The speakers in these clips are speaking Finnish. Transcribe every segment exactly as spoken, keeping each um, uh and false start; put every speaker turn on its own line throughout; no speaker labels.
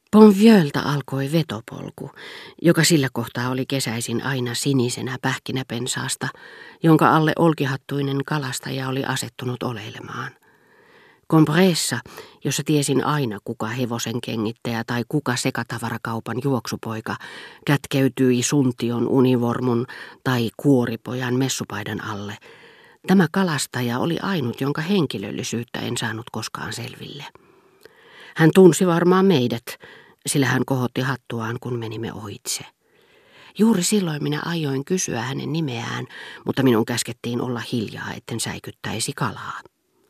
Bonvieuxlta alkoi vetopolku, joka sillä kohtaa oli kesäisin aina sinisenä pähkinäpensaasta, jonka alle olkihattuinen kalastaja oli asettunut oleilemaan. Combreessa, jossa tiesin aina kuka hevosen kengittäjä tai kuka sekatavarakaupan juoksupoika kätkeytyi suntion univormun tai kuoripojan messupaidan alle, tämä kalastaja oli ainut, jonka henkilöllisyyttä en saanut koskaan selville. Hän tunsi varmaan meidät, sillä hän kohotti hattuaan, kun menimme ohitse. Juuri silloin minä aioin kysyä hänen nimeään, mutta minun käskettiin olla hiljaa, etten säikyttäisi kalaa.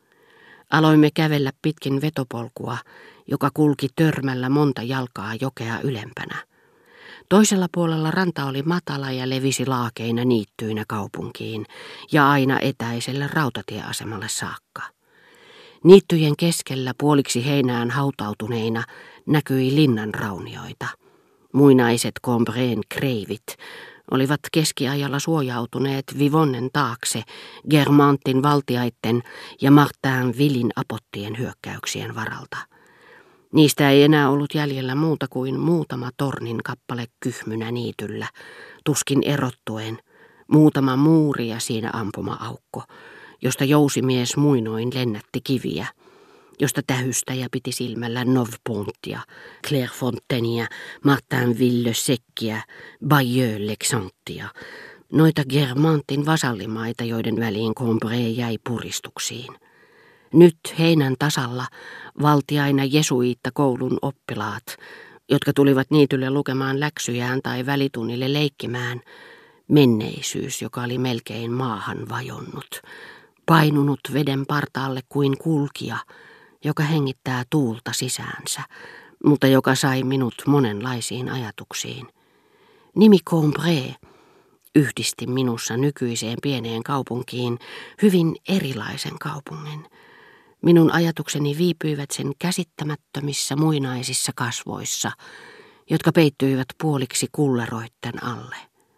Aloimme kävellä pitkin vetopolkua, joka kulki törmällä monta jalkaa jokea ylempänä. Toisella puolella ranta oli matala ja levisi laakeina niittyinä kaupunkiin ja aina etäiselle rautatieasemalle saakka. Niittyjen keskellä puoliksi heinään hautautuneina näkyi linnan raunioita. Muinaiset Combreen kreivit olivat keskiajalla suojautuneet Vivonnen taakse Guermantin valtiaitten ja Martin Villin apottien hyökkäyksien varalta. Niistä ei enää ollut jäljellä muuta kuin muutama tornin kappale kyhmynä niityllä, tuskin erottuen, muutama muuri ja siinä ampuma-aukko, josta jousimies muinoin lennätti kiviä, josta tähystäjä piti silmällä Novpontia, Clairefontainia, Martinville-Sekkiä, Bayeux-Lexantia, noita Guermantin vasallimaita, joiden väliin Combray jäi puristuksiin. Nyt heinän tasalla valtiaina jesuiittakoulun oppilaat, jotka tulivat niitylle lukemaan läksyjään tai välitunnille leikkimään, menneisyys, joka oli melkein maahan vajonnut, painunut veden partaalle kuin kulkija, joka hengittää tuulta sisäänsä, mutta joka sai minut monenlaisiin ajatuksiin. Nimi Combray yhdisti minussa nykyiseen pieneen kaupunkiin hyvin erilaisen kaupungin. Minun ajatukseni viipyivät sen käsittämättömissä muinaisissa kasvoissa, jotka peittyivät puoliksi kulleroitten alle.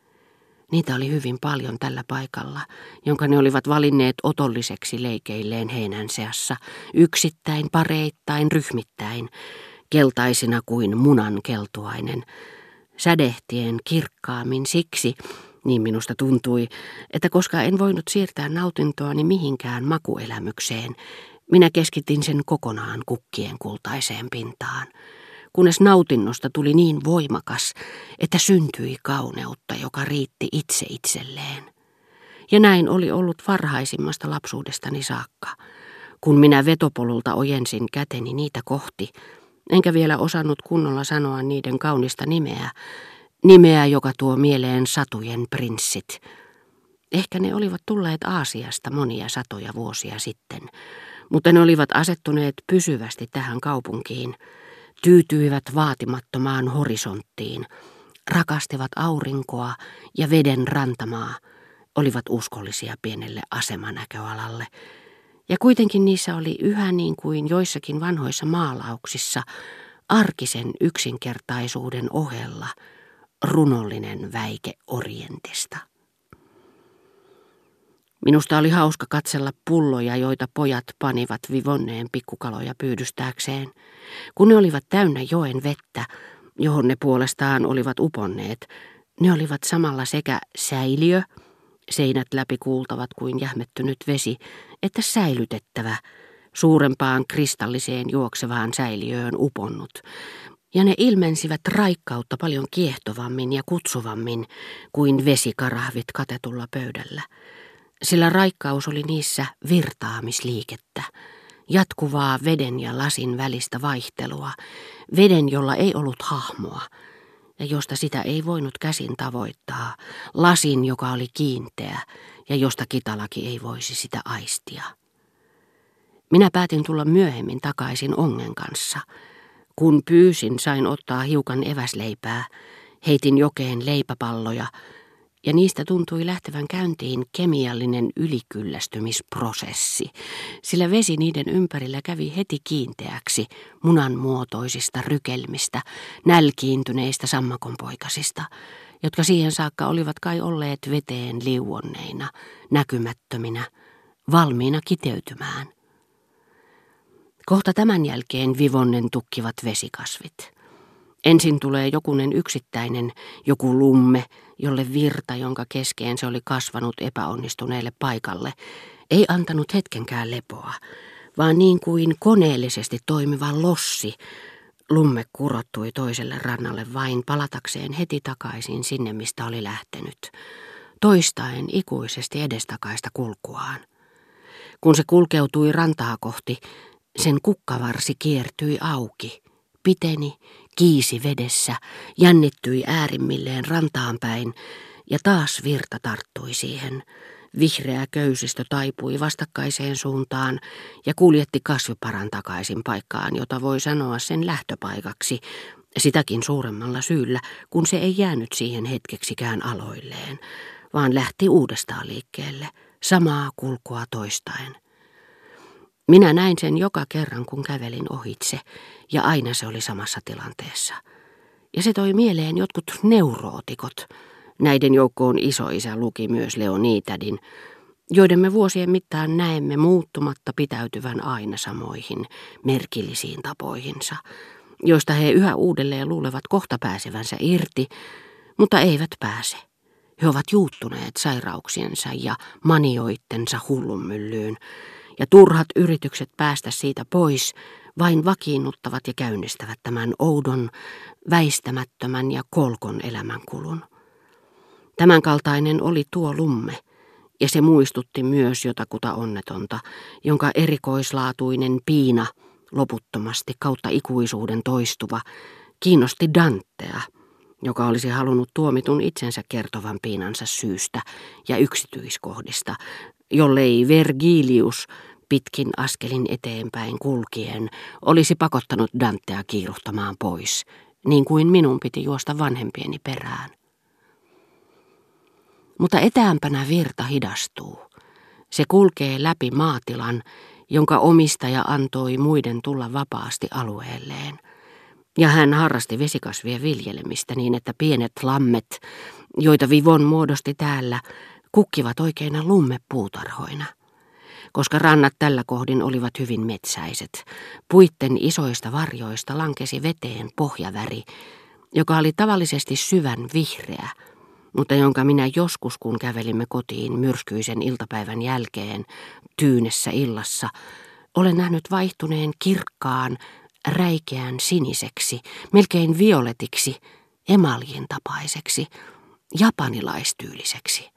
Niitä oli hyvin paljon tällä paikalla, jonka ne olivat valinneet otolliseksi leikeilleen heinän seassa, yksittäin, pareittain, ryhmittäin, keltaisina kuin munan keltuainen, sädehtien kirkkaammin siksi, niin minusta tuntui, että koska en voinut siirtää nautintoani mihinkään makuelämykseen, minä keskitin sen kokonaan kukkien kultaiseen pintaan, kunnes nautinnosta tuli niin voimakas, että syntyi kauneutta, joka riitti itse itselleen. Ja näin oli ollut varhaisimmasta lapsuudestani saakka, kun minä vetopolulta ojensin käteni niitä kohti, enkä vielä osannut kunnolla sanoa niiden kaunista nimeä, nimeä, joka tuo mieleen satujen prinssit. Ehkä ne olivat tulleet Aasiasta monia satoja vuosia sitten, mutta ne olivat asettuneet pysyvästi tähän kaupunkiin, tyytyivät vaatimattomaan horisonttiin, rakastivat aurinkoa ja veden rantamaa, olivat uskollisia pienelle asemanäköalalle. Ja kuitenkin niissä oli yhä niin kuin joissakin vanhoissa maalauksissa arkisen yksinkertaisuuden ohella runollinen väike Orientista. Minusta oli hauska katsella pulloja, joita pojat panivat Vivonneen pikkukaloja pyydystääkseen, kun ne olivat täynnä joen vettä, johon ne puolestaan olivat uponneet. Ne olivat samalla sekä säiliö, seinät läpi kuultavat kuin jähmettynyt vesi, että säilytettävä, suurempaan kristalliseen juoksevaan säiliöön uponnut, ja ne ilmensivät raikkautta paljon kiehtovammin ja kutsuvammin kuin vesikarahvit katetulla pöydällä. Sillä raikkaus oli niissä virtaamisliikettä, jatkuvaa veden ja lasin välistä vaihtelua, veden, jolla ei ollut hahmoa, ja josta sitä ei voinut käsin tavoittaa, lasin, joka oli kiinteä, ja josta kitalaki ei voisi sitä aistia. Minä päätin tulla myöhemmin takaisin ongen kanssa. Kun pyysin, sain ottaa hiukan eväsleipää, heitin jokeen leipäpalloja, ja niistä tuntui lähtevän käyntiin kemiallinen ylikyllästymisprosessi, sillä vesi niiden ympärillä kävi heti kiinteäksi munanmuotoisista rykelmistä, nälkiintyneistä sammakonpoikasista, jotka siihen saakka olivat kai olleet veteen liuonneina, näkymättöminä, valmiina kiteytymään. Kohta tämän jälkeen Vivonnen tukkivat vesikasvit. Ensin tulee jokunen yksittäinen, joku lumme, jolle virta, jonka keskeen se oli kasvanut epäonnistuneelle paikalle, ei antanut hetkenkään lepoa, vaan niin kuin koneellisesti toimiva lossi, lumme kurottui toiselle rannalle vain palatakseen heti takaisin sinne, mistä oli lähtenyt, toistaen ikuisesti edestakaista kulkuaan. Kun se kulkeutui rantaa kohti, sen kukkavarsi kiertyi auki, piteni, kiisi vedessä, jännittyi äärimmilleen rantaan päin, ja taas virta tarttui siihen. Vihreä köysistö taipui vastakkaiseen suuntaan ja kuljetti kasviparan takaisin paikkaan, jota voi sanoa sen lähtöpaikaksi, sitäkin suuremmalla syyllä, kun se ei jäänyt siihen hetkeksikään aloilleen, vaan lähti uudestaan liikkeelle, samaa kulkua toistaen. Minä näin sen joka kerran, kun kävelin ohitse, ja aina se oli samassa tilanteessa. Ja se toi mieleen jotkut neurootikot, näiden joukkoon isoisä luki myös Leonidadin, joiden me vuosien mittaan näemme muuttumatta pitäytyvän aina samoihin merkillisiin tapoihinsa, joista he yhä uudelleen luulevat kohta pääsevänsä irti, mutta eivät pääse. He ovat juuttuneet sairauksiensa ja manioittensa hullunmyllyyn, ja turhat yritykset päästä siitä pois vain vakiinnuttavat ja käynnistävät tämän oudon, väistämättömän ja kolkon elämänkulun. Tämänkaltainen oli tuo lumme, ja se muistutti myös jotakuta onnetonta, jonka erikoislaatuinen piina, loputtomasti kautta ikuisuuden toistuva, kiinnosti Dantea, joka olisi halunnut tuomitun itsensä kertovan piinansa syystä ja yksityiskohdista, jollei Vergilius pitkin askelin eteenpäin kulkien olisi pakottanut Dantea kiiruhtamaan pois, niin kuin minun piti juosta vanhempieni perään. Mutta etäämpänä virta hidastuu. Se kulkee läpi maatilan, jonka omistaja antoi muiden tulla vapaasti alueelleen. Ja hän harrasti vesikasvien viljelemistä niin, että pienet lammet, joita Vivon muodosti täällä, kukkivat oikeina lummepuutarhoina. Koska rannat tällä kohdin olivat hyvin metsäiset, puitten isoista varjoista lankesi veteen pohjaväri, joka oli tavallisesti syvän vihreä, mutta jonka minä joskus, kun kävelimme kotiin myrskyisen iltapäivän jälkeen, tyynessä illassa, olen nähnyt vaihtuneen kirkkaan, räikeän siniseksi, melkein violetiksi, emaljin tapaiseksi, japanilaistyyliseksi.